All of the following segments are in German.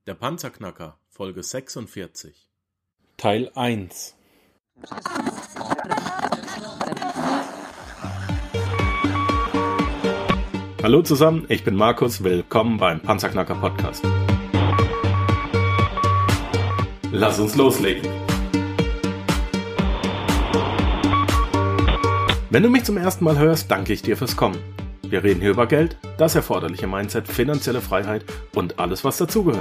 Der Panzerknacker, Folge 46. Teil 1. Hallo zusammen, ich bin Markus, willkommen beim Panzerknacker Podcast. Lass uns loslegen. Wenn du mich zum ersten Mal hörst, danke ich dir fürs Kommen. Wir reden hier über Geld, das erforderliche Mindset, finanzielle Freiheit und alles, was dazugehört.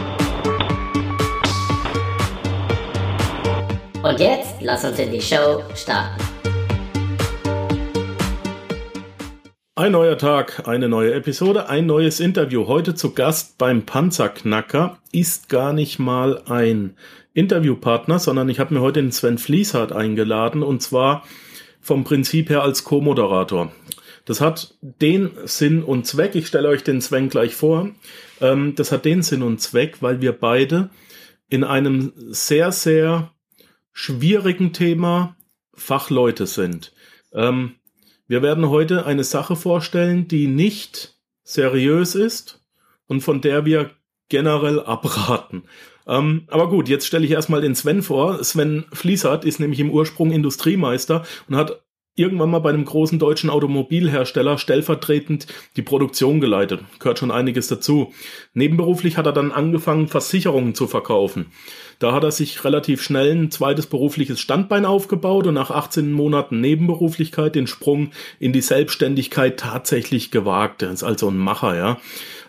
Und jetzt lass uns in die Show starten. Ein neuer Tag, eine neue Episode, ein neues Interview. Heute zu Gast beim Panzerknacker ist gar nicht mal ein Interviewpartner, sondern ich habe mir heute den Sven Fließhardt eingeladen und zwar vom Prinzip her als Co-Moderator. Das hat den Sinn und Zweck, ich stelle euch den Sven gleich vor, das hat den Sinn und Zweck, weil wir beide in einem sehr, sehr schwierigen Thema Fachleute sind. Wir werden heute eine Sache vorstellen, die nicht seriös ist und von der wir generell abraten. Aber gut, jetzt stelle ich erstmal den Sven vor. Sven Fließhardt ist nämlich im Ursprung Industriemeister und hat irgendwann mal bei einem großen deutschen Automobilhersteller stellvertretend die Produktion geleitet. Gehört schon einiges dazu. Nebenberuflich hat er dann angefangen, Versicherungen zu verkaufen. Da hat er sich relativ schnell ein zweites berufliches Standbein aufgebaut und nach 18 Monaten Nebenberuflichkeit den Sprung in die Selbstständigkeit tatsächlich gewagt. Er ist also ein Macher, ja.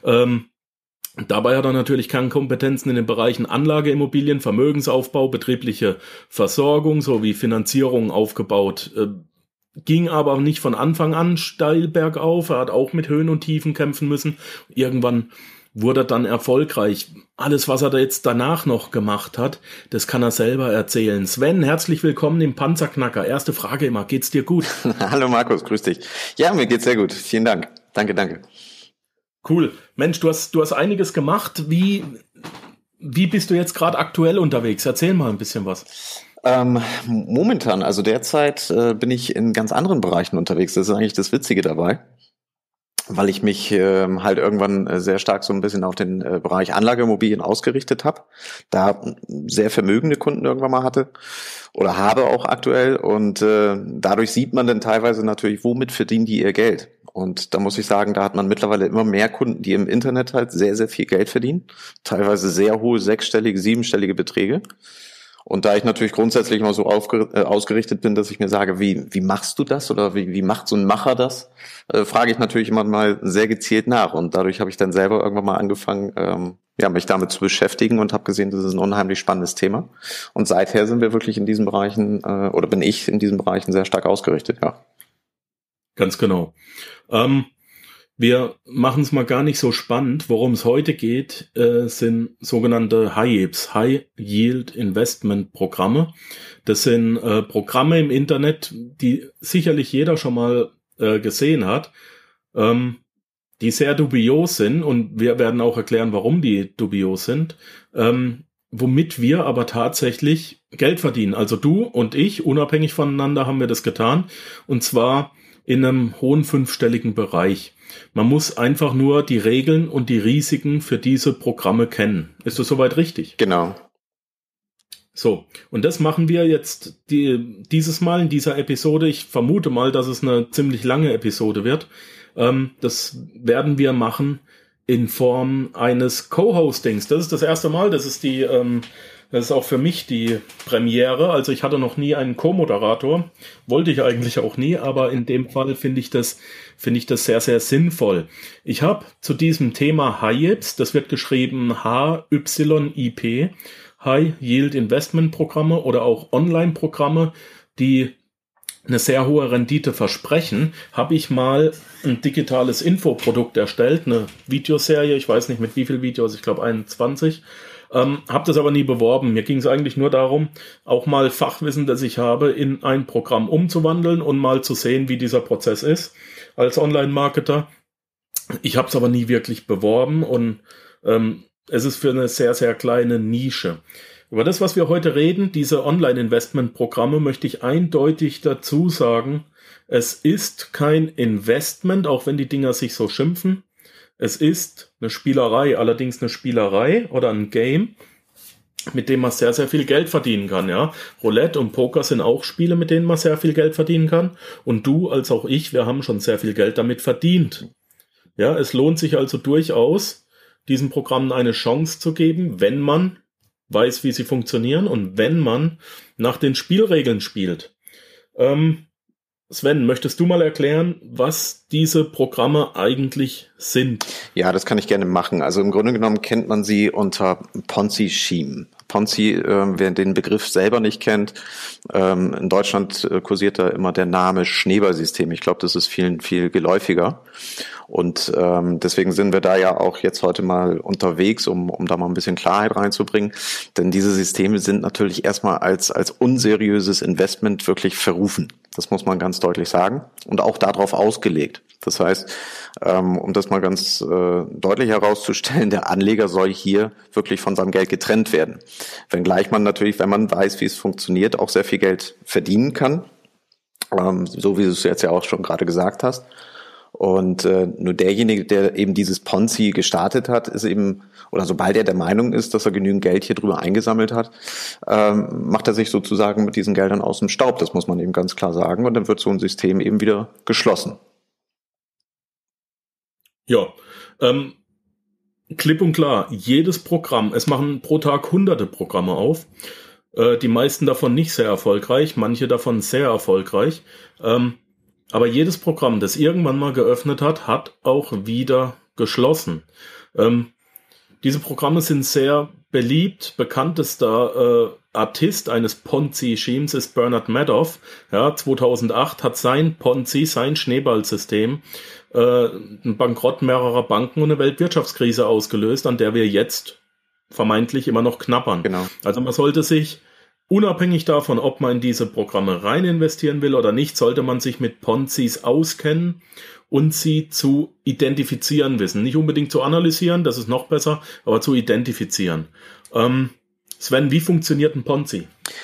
Dabei hat er natürlich Kernkompetenzen in den Bereichen Anlageimmobilien, Vermögensaufbau, betriebliche Versorgung sowie Finanzierung aufgebaut. Ging aber nicht von Anfang an steil bergauf. Er hat auch mit Höhen und Tiefen kämpfen müssen. Irgendwann wurde er dann erfolgreich. Alles, was er da jetzt danach noch gemacht hat, das kann er selber erzählen. Sven, herzlich willkommen im Panzerknacker. Erste Frage immer, geht's dir gut? Hallo Markus, grüß dich. Ja, mir geht's sehr gut. Vielen Dank. Danke. Cool. Mensch, du hast einiges gemacht. Wie bist du jetzt gerade aktuell unterwegs? Erzähl mal ein bisschen was. Momentan, also derzeit bin ich in ganz anderen Bereichen unterwegs. Das ist eigentlich das Witzige dabei, weil ich mich halt irgendwann sehr stark so ein bisschen auf den Bereich Anlageimmobilien ausgerichtet habe, da sehr vermögende Kunden irgendwann mal hatte oder habe auch aktuell und dadurch sieht man dann teilweise natürlich, womit verdienen die ihr Geld. Und da muss ich sagen, da hat man mittlerweile immer mehr Kunden, die im Internet halt sehr, sehr viel Geld verdienen, teilweise sehr hohe sechsstellige, siebenstellige Beträge. Und da ich natürlich grundsätzlich immer so ausgerichtet bin, dass ich mir sage, wie machst du das oder wie macht so ein Macher das, frage ich natürlich immer mal sehr gezielt nach. Und dadurch habe ich dann selber irgendwann mal angefangen, mich damit zu beschäftigen und habe gesehen, das ist ein unheimlich spannendes Thema. Und seither sind wir wirklich in diesen Bereichen, oder bin ich in diesen Bereichen sehr stark ausgerichtet, ja. Ganz genau. Wir machen es mal gar nicht so spannend. Worum es heute geht, sind sogenannte HIEPs, High Yield Investment Programme. Das sind Programme im Internet, die sicherlich jeder schon mal gesehen hat, die sehr dubios sind und wir werden auch erklären, warum die dubios sind, womit wir aber tatsächlich Geld verdienen. Also du und ich, unabhängig voneinander, haben wir das getan und zwar in einem hohen fünfstelligen Bereich. Man muss einfach nur die Regeln und die Risiken für diese Programme kennen. Ist das soweit richtig? Genau. So, und das machen wir jetzt dieses Mal in dieser Episode. Ich vermute mal, dass es eine ziemlich lange Episode wird. Das werden wir machen in Form eines Co-Hostings. Das ist das erste Mal, das ist auch für mich die Premiere. Also ich hatte noch nie einen Co-Moderator. Wollte ich eigentlich auch nie, aber in dem Fall finde ich das sehr, sehr sinnvoll. Ich habe zu diesem Thema HIEPs, das wird geschrieben HYIP, High Yield Investment Programme oder auch Online-Programme, die eine sehr hohe Rendite versprechen, habe ich mal ein digitales Infoprodukt erstellt, eine Videoserie, ich weiß nicht mit wie viel Videos, ich glaube 21, habe das aber nie beworben. Mir ging es eigentlich nur darum, auch mal Fachwissen, das ich habe, in ein Programm umzuwandeln und mal zu sehen, wie dieser Prozess ist als Online-Marketer. Ich habe es aber nie wirklich beworben und es ist für eine sehr, sehr kleine Nische. Über das, was wir heute reden, diese Online-Investment-Programme, möchte ich eindeutig dazu sagen, es ist kein Investment, auch wenn die Dinger sich so schimpfen. Es ist eine Spielerei, allerdings eine Spielerei oder ein Game, mit dem man sehr, sehr viel Geld verdienen kann, ja. Roulette und Poker sind auch Spiele, mit denen man sehr viel Geld verdienen kann. Und du, als auch ich, wir haben schon sehr viel Geld damit verdient. Ja, es lohnt sich also durchaus, diesen Programmen eine Chance zu geben, wenn man weiß, wie sie funktionieren und wenn man nach den Spielregeln spielt. Sven, möchtest du mal erklären, was diese Programme eigentlich sind? Ja, das kann ich gerne machen. Also im Grunde genommen kennt man sie unter Ponzi-Scheme. Ponzi, wer den Begriff selber nicht kennt, in Deutschland kursiert da immer der Name Schneeballsystem. Ich glaube, das ist vielen viel geläufiger. Und deswegen sind wir da ja auch jetzt heute mal unterwegs, um da mal ein bisschen Klarheit reinzubringen. Denn diese Systeme sind natürlich erstmal als unseriöses Investment wirklich verrufen. Das muss man ganz deutlich sagen. Und auch darauf ausgelegt. Das heißt, um das mal ganz deutlich herauszustellen, der Anleger soll hier wirklich von seinem Geld getrennt werden. Wenngleich man natürlich, wenn man weiß, wie es funktioniert, auch sehr viel Geld verdienen kann. So wie du es jetzt ja auch schon gerade gesagt hast. Und nur derjenige, der eben dieses Ponzi gestartet hat, ist eben, oder sobald er der Meinung ist, dass er genügend Geld hier drüber eingesammelt hat, macht er sich sozusagen mit diesen Geldern aus dem Staub. Das muss man eben ganz klar sagen. Und dann wird so ein System eben wieder geschlossen. Ja, klipp und klar, jedes Programm, es machen pro Tag hunderte Programme auf, die meisten davon nicht sehr erfolgreich, manche davon sehr erfolgreich, aber jedes Programm, das irgendwann mal geöffnet hat, hat auch wieder geschlossen. Diese Programme sind sehr beliebt. Bekanntester Artist eines Ponzi-Schemes ist Bernard Madoff. Ja, 2008 hat sein Ponzi, sein Schneeballsystem, ein Bankrott mehrerer Banken und eine Weltwirtschaftskrise ausgelöst, an der wir jetzt vermeintlich immer noch knabbern. Genau. Also man sollte sich, unabhängig davon, ob man in diese Programme rein investieren will oder nicht, sollte man sich mit Ponzis auskennen und sie zu identifizieren wissen. Nicht unbedingt zu analysieren, das ist noch besser, aber zu identifizieren. Sven, wie funktioniert ein Ponzi?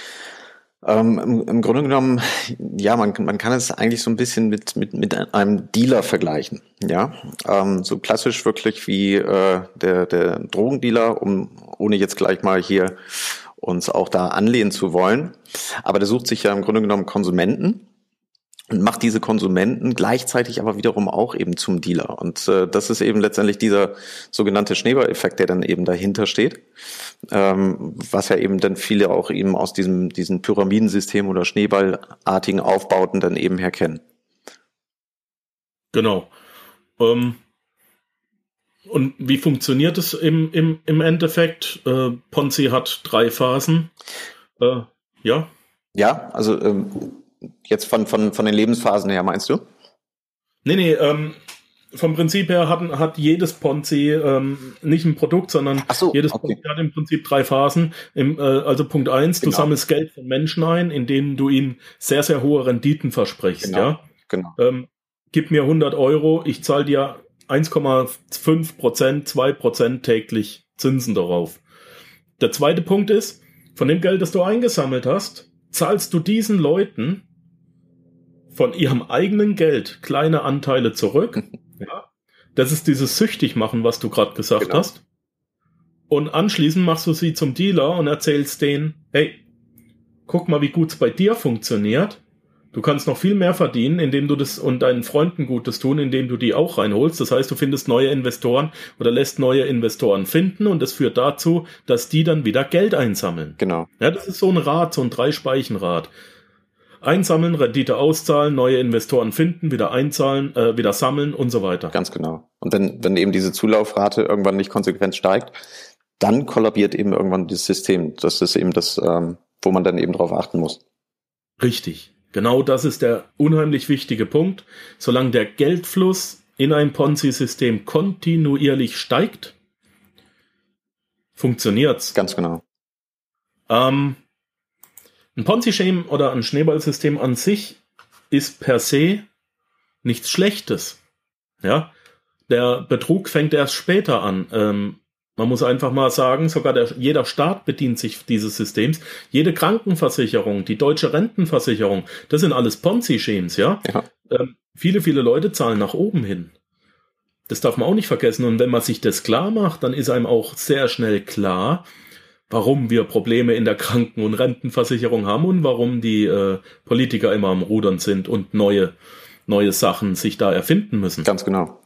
Im Grunde genommen, ja, man kann es eigentlich so ein bisschen mit einem Dealer vergleichen, ja, so klassisch wirklich wie der Drogendealer, ohne jetzt gleich mal hier uns auch da anlehnen zu wollen, aber der sucht sich ja im Grunde genommen Konsumenten und macht diese Konsumenten gleichzeitig aber wiederum auch eben zum Dealer. Und das ist eben letztendlich dieser sogenannte Schneeballeffekt, der dann eben dahinter steht, was ja eben dann viele auch eben aus diesen Pyramidensystem oder schneeballartigen Aufbauten dann eben herkennen. Genau. Und wie funktioniert es im Endeffekt? Ponzi hat 3 Phasen. Ja? Ja, also jetzt von den Lebensphasen her, meinst du? Nee, vom Prinzip her hat jedes Ponzi nicht ein Produkt, sondern jedes Ponzi hat im Prinzip 3 Phasen. Also Punkt 1, du sammelst Geld von Menschen ein, indem du ihnen sehr, sehr hohe Renditen versprichst. Genau. Gib mir 100 Euro, ich zahle dir 1,5%, 2% täglich Zinsen darauf. Der zweite Punkt ist, von dem Geld, das du eingesammelt hast, zahlst du diesen Leuten von ihrem eigenen Geld kleine Anteile zurück. Ja. Das ist dieses Süchtigmachen, was du gerade gesagt hast. Und anschließend machst du sie zum Dealer und erzählst denen, hey, guck mal, wie gut es bei dir funktioniert. Du kannst noch viel mehr verdienen, indem du das und deinen Freunden Gutes tun, indem du die auch reinholst. Das heißt, du findest neue Investoren oder lässt neue Investoren finden und das führt dazu, dass die dann wieder Geld einsammeln. Genau. Ja, das ist so ein Rad, so ein 3-Speichenrad. Einsammeln, Rendite auszahlen, neue Investoren finden, wieder einzahlen, wieder sammeln und so weiter. Ganz genau. Und wenn eben diese Zulaufrate irgendwann nicht konsequent steigt, dann kollabiert eben irgendwann dieses System. Das ist eben das, wo man dann eben drauf achten muss. Richtig. Genau das ist der unheimlich wichtige Punkt. Solange der Geldfluss in ein Ponzi-System kontinuierlich steigt, funktioniert's. Ganz genau. Ein Ponzi-Scheme oder ein Schneeballsystem an sich ist per se nichts Schlechtes. Ja, der Betrug fängt erst später an. Man muss einfach mal sagen, sogar jeder Staat bedient sich dieses Systems. Jede Krankenversicherung, die deutsche Rentenversicherung, das sind alles Ponzi-Schemes, ja? Viele Leute zahlen nach oben hin. Das darf man auch nicht vergessen. Und wenn man sich das klar macht, dann ist einem auch sehr schnell klar, warum wir Probleme in der Kranken- und Rentenversicherung haben und warum die Politiker immer am Rudern sind und neue Sachen sich da erfinden müssen. Ganz genau.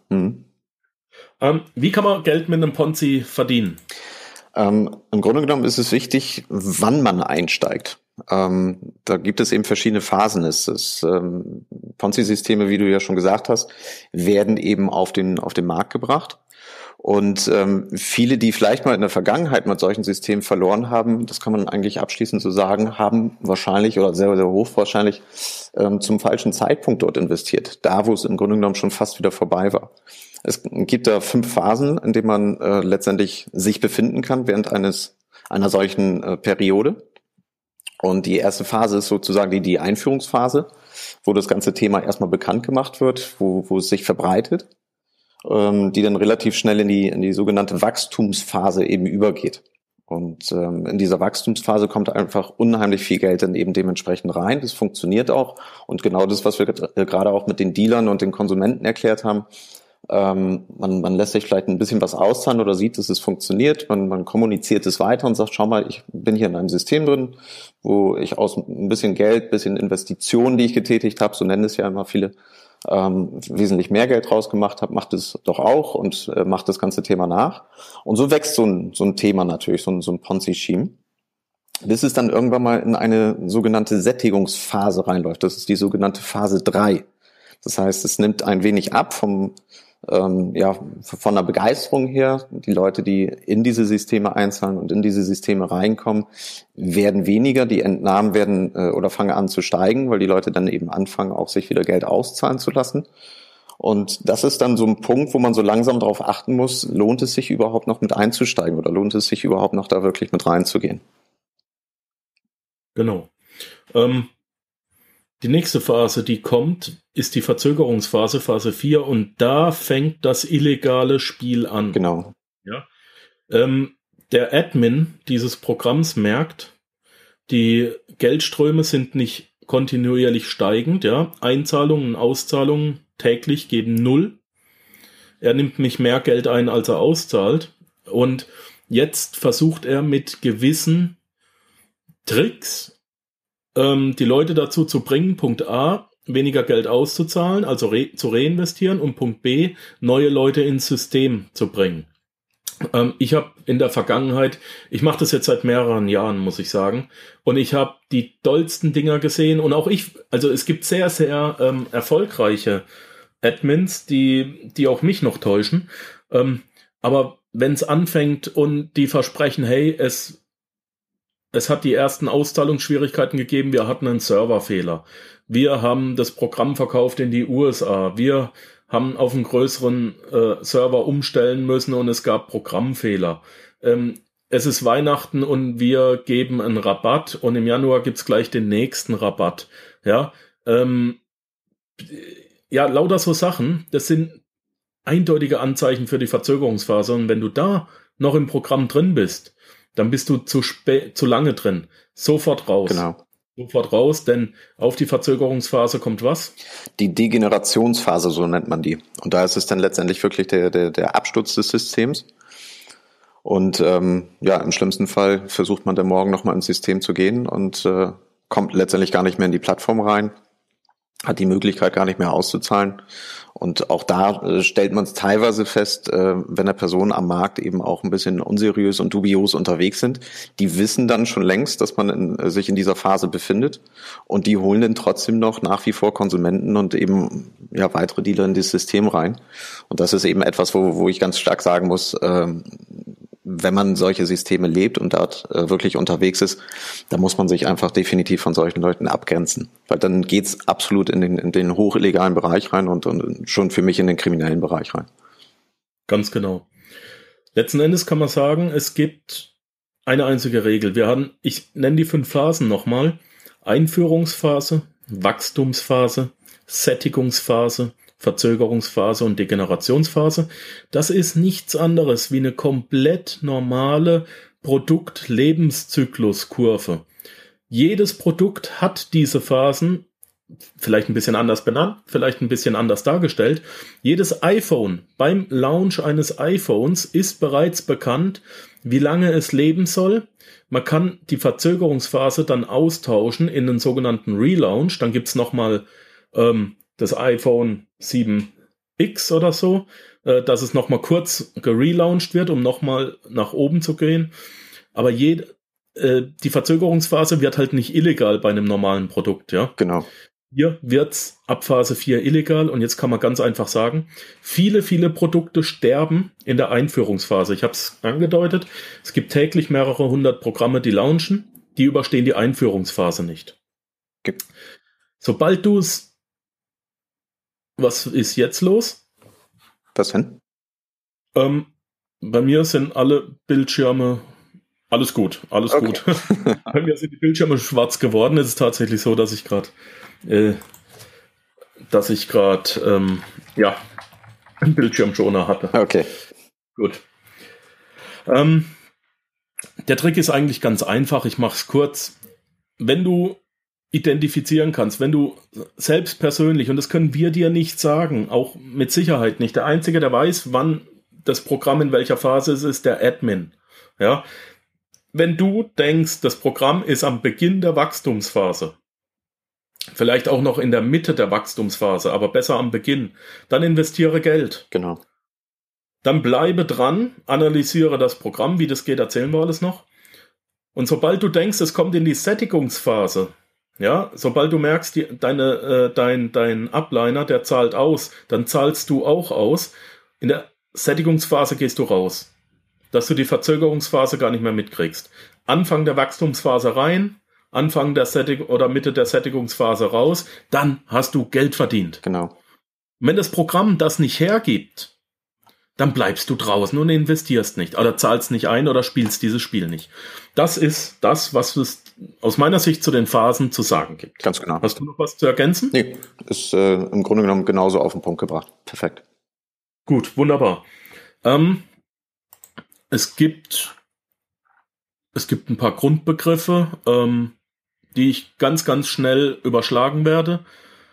Wie kann man Geld mit einem Ponzi verdienen? Im Grunde genommen ist es wichtig, wann man einsteigt. Da gibt es eben verschiedene Phasen. Ponzi-Systeme, wie du ja schon gesagt hast, werden eben auf den Markt gebracht. Und viele, die vielleicht mal in der Vergangenheit mit solchen Systemen verloren haben, das kann man eigentlich abschließend so sagen, haben wahrscheinlich oder sehr, sehr hochwahrscheinlich zum falschen Zeitpunkt dort investiert. Da, wo es im Grunde genommen schon fast wieder vorbei war. Es gibt da 5 Phasen, in denen man letztendlich sich befinden kann während einer solchen Periode. Und die erste Phase ist sozusagen die Einführungsphase, wo das ganze Thema erstmal bekannt gemacht wird, wo es sich verbreitet, die dann relativ schnell in die sogenannte Wachstumsphase eben übergeht. Und in dieser Wachstumsphase kommt einfach unheimlich viel Geld dann eben dementsprechend rein. Das funktioniert auch. Und genau das, was wir gerade auch mit den Dealern und den Konsumenten erklärt haben, man lässt sich vielleicht ein bisschen was auszahlen oder sieht, dass es funktioniert. Man kommuniziert es weiter und sagt, schau mal, ich bin hier in einem System drin, wo ich aus ein bisschen Geld, ein bisschen Investitionen, die ich getätigt habe, so nennen es ja immer viele, wesentlich mehr Geld rausgemacht habe, macht es doch auch und macht das ganze Thema nach. Und so wächst so ein Thema natürlich, so ein Ponzi-Scheme, bis es dann irgendwann mal in eine sogenannte Sättigungsphase reinläuft. Das ist die sogenannte Phase 3. Das heißt, es nimmt ein wenig ab von der Begeisterung her. Die Leute, die in diese Systeme einzahlen und in diese Systeme reinkommen, werden weniger. Die Entnahmen werden oder fangen an zu steigen, weil die Leute dann eben anfangen, auch sich wieder Geld auszahlen zu lassen. Und das ist dann so ein Punkt, wo man so langsam darauf achten muss, lohnt es sich überhaupt noch mit einzusteigen oder lohnt es sich überhaupt noch da wirklich mit reinzugehen? Genau. Die nächste Phase, die kommt, ist die Verzögerungsphase, Phase 4, und da fängt das illegale Spiel an. Genau. Ja. Der Admin dieses Programms merkt, die Geldströme sind nicht kontinuierlich steigend, ja. Einzahlungen und Auszahlungen täglich geben 0. Er nimmt nicht mehr Geld ein, als er auszahlt. Und jetzt versucht er mit gewissen Tricks die Leute dazu zu bringen, Punkt A, weniger Geld auszuzahlen, also zu reinvestieren, und Punkt B, neue Leute ins System zu bringen. Ich habe in der Vergangenheit, ich mache das jetzt seit mehreren Jahren, muss ich sagen, und ich habe die dollsten Dinger gesehen, und auch also es gibt sehr, sehr erfolgreiche Admins, die auch mich noch täuschen, aber wenn es anfängt und die versprechen, hey, es hat die ersten Auszahlungsschwierigkeiten gegeben, wir hatten einen Serverfehler. Wir haben das Programm verkauft in die USA. Wir haben auf einen größeren Server umstellen müssen und es gab Programmfehler. Es ist Weihnachten und wir geben einen Rabatt und im Januar gibt's gleich den nächsten Rabatt. Ja, lauter so Sachen, das sind eindeutige Anzeichen für die Verzögerungsphase, und wenn du da noch im Programm drin bist, dann bist du zu lange drin. Sofort raus. Genau. Sofort raus, denn auf die Verzögerungsphase kommt was? Die Degenerationsphase, so nennt man die. Und da ist es dann letztendlich wirklich der Absturz des Systems. Und im schlimmsten Fall versucht man dann morgen nochmal ins System zu gehen und kommt letztendlich gar nicht mehr in die Plattform rein, hat die Möglichkeit gar nicht mehr auszuzahlen. Und auch da stellt man es teilweise fest, wenn eine Person am Markt eben auch ein bisschen unseriös und dubios unterwegs sind. Die wissen dann schon längst, dass man sich in dieser Phase befindet, und die holen dann trotzdem noch nach wie vor Konsumenten und eben weitere Dealer in das System rein. Und das ist eben etwas, wo ich ganz stark sagen muss, wenn man solche Systeme lebt und dort wirklich unterwegs ist, dann muss man sich einfach definitiv von solchen Leuten abgrenzen. Weil dann geht's absolut in den hochillegalen Bereich rein und schon für mich in den kriminellen Bereich rein. Ganz genau. Letzten Endes kann man sagen, es gibt eine einzige Regel. Ich nenne die 5 Phasen nochmal: Einführungsphase, Wachstumsphase, Sättigungsphase, Verzögerungsphase und Degenerationsphase. Das ist nichts anderes wie eine komplett normale Produktlebenszyklus-Kurve. Jedes Produkt hat diese Phasen, vielleicht ein bisschen anders benannt, vielleicht ein bisschen anders dargestellt. Jedes iPhone, beim Launch eines iPhones ist bereits bekannt, wie lange es leben soll. Man kann die Verzögerungsphase dann austauschen in den sogenannten Relaunch. Dann gibt's nochmal das iPhone 7X oder so, dass es nochmal kurz gerelauncht wird, um nochmal nach oben zu gehen. Aber die Verzögerungsphase wird halt nicht illegal bei einem normalen Produkt, ja. Genau. Hier wird's ab Phase 4 illegal und jetzt kann man ganz einfach sagen, viele Produkte sterben in der Einführungsphase. Ich habe es angedeutet, es gibt täglich mehrere hundert Programme, die launchen, die überstehen die Einführungsphase nicht. Okay. Sobald du es... Was ist jetzt los? Was denn? Bei mir sind alle Bildschirme... Alles gut. Bei mir sind die Bildschirme schwarz geworden. Es ist tatsächlich so, dass ich gerade einen Bildschirmschoner hatte. Okay. Gut. Der Trick ist eigentlich ganz einfach. Ich mache es kurz. Wenn du identifizieren kannst, wenn du selbst persönlich, und das können wir dir nicht sagen, auch mit Sicherheit nicht. Der Einzige, der weiß, wann das Programm in welcher Phase ist der Admin. Ja. Wenn du denkst, das Programm ist am Beginn der Wachstumsphase, vielleicht auch noch in der Mitte der Wachstumsphase, aber besser am Beginn, dann investiere Geld. Genau. Dann bleibe dran, analysiere das Programm, wie das geht, erzählen wir alles noch. Und sobald du denkst, es kommt in die Sättigungsphase, ja, sobald du merkst, dein Upliner, der zahlt aus, dann zahlst du auch aus. In der Sättigungsphase gehst du raus, dass du die Verzögerungsphase gar nicht mehr mitkriegst. Anfang der Wachstumsphase rein, Anfang der oder Mitte der Sättigungsphase raus, dann hast du Geld verdient. Genau. Wenn das Programm das nicht hergibt, dann bleibst du draußen und investierst nicht oder zahlst nicht ein oder spielst dieses Spiel nicht. Das ist das, was es aus meiner Sicht zu den Phasen zu sagen gibt. Ganz genau. Hast du noch was zu ergänzen? Nee, ist im Grunde genommen genauso auf den Punkt gebracht. Perfekt. Gut, wunderbar. Es gibt ein paar Grundbegriffe, die ich ganz schnell überschlagen werde.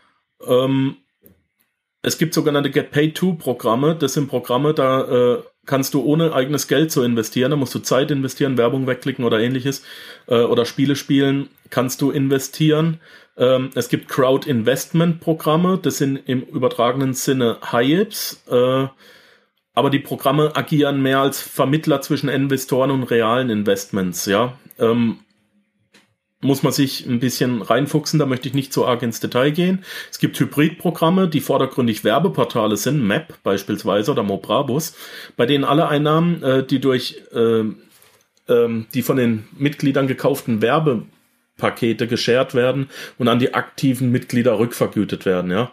Es gibt sogenannte Get-Paid-To-Programme. Das sind Programme, da kannst du ohne eigenes Geld zu investieren, da musst du Zeit investieren, Werbung wegklicken oder ähnliches, oder Spiele spielen, kannst du investieren. Es gibt Crowd-Investment-Programme, das sind im übertragenen Sinne HIPs, aber die Programme agieren mehr als Vermittler zwischen Investoren und realen Investments, ja. Muss man sich ein bisschen reinfuchsen, da möchte ich nicht so arg ins Detail gehen. Es gibt Hybridprogramme, die vordergründig Werbeportale sind, MAP beispielsweise oder Mobrabus, bei denen alle Einnahmen, die durch die von den Mitgliedern gekauften Werbepakete geshared werden und an die aktiven Mitglieder rückvergütet werden, ja.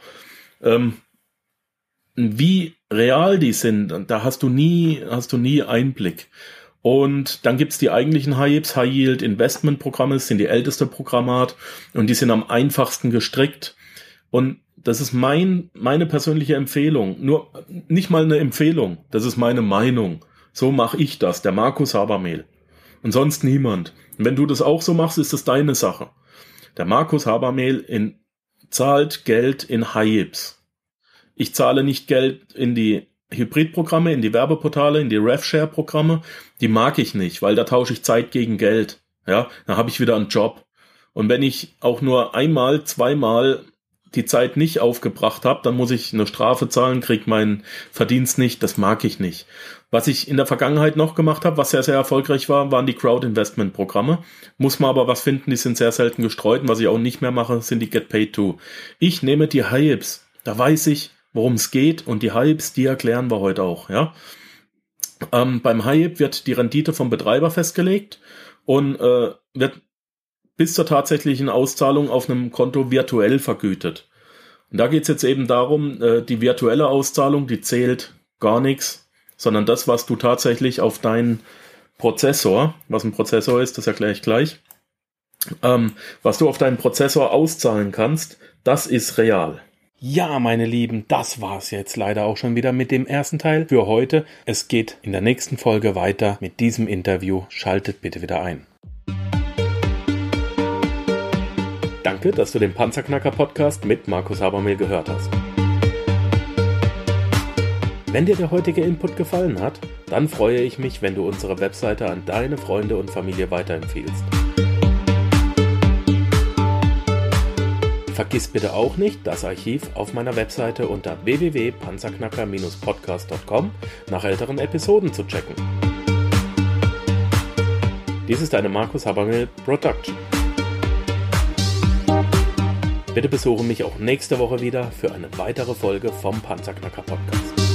Wie real die sind, da hast du nie Einblick. Und dann gibt's die eigentlichen HIPs, High Yield Investment Programme, das sind die älteste Programmart und die sind am einfachsten gestrickt. Und das ist meine persönliche Empfehlung. Nur nicht mal eine Empfehlung, das ist meine Meinung. So mache ich das, der Markus Habermehl. Und sonst niemand. Und wenn du das auch so machst, ist das deine Sache. Der Markus Habermehl zahlt Geld in HIPs. Ich zahle nicht Geld in die Hybridprogramme, in die Werbeportale, in die RevShare-Programme. Die mag ich nicht, weil da tausche ich Zeit gegen Geld. Ja, dann habe ich wieder einen Job. Und wenn ich auch nur einmal, zweimal die Zeit nicht aufgebracht habe, dann muss ich eine Strafe zahlen, kriege meinen Verdienst nicht. Das mag ich nicht. Was ich in der Vergangenheit noch gemacht habe, was sehr erfolgreich war, waren die Crowd-Investment-Programme. Muss man aber was finden, die sind sehr selten gestreut. Und was ich auch nicht mehr mache, sind die Get-Paid-To. Ich nehme die HIPs. Da weiß ich, worum es geht, und die HIPs, die erklären wir heute auch, ja. Beim HIP wird die Rendite vom Betreiber festgelegt und wird bis zur tatsächlichen Auszahlung auf einem Konto virtuell vergütet. Und da geht es jetzt eben darum, die virtuelle Auszahlung, die zählt gar nichts, sondern das, was du tatsächlich auf deinen Prozessor, was ein Prozessor ist, das erkläre ich gleich, was du auf deinen Prozessor auszahlen kannst, das ist real. Ja, meine Lieben, das war's jetzt leider auch schon wieder mit dem ersten Teil für heute. Es geht in der nächsten Folge weiter mit diesem Interview. Schaltet bitte wieder ein. Danke, dass du den Panzerknacker-Podcast mit Markus Habermehl gehört hast. Wenn dir der heutige Input gefallen hat, dann freue ich mich, wenn du unsere Webseite an deine Freunde und Familie weiterempfiehlst. Vergiss bitte auch nicht, das Archiv auf meiner Webseite unter www.panzerknacker-podcast.com nach älteren Episoden zu checken. Dies ist eine Markus Habermehl Production. Bitte besuche mich auch nächste Woche wieder für eine weitere Folge vom Panzerknacker Podcast.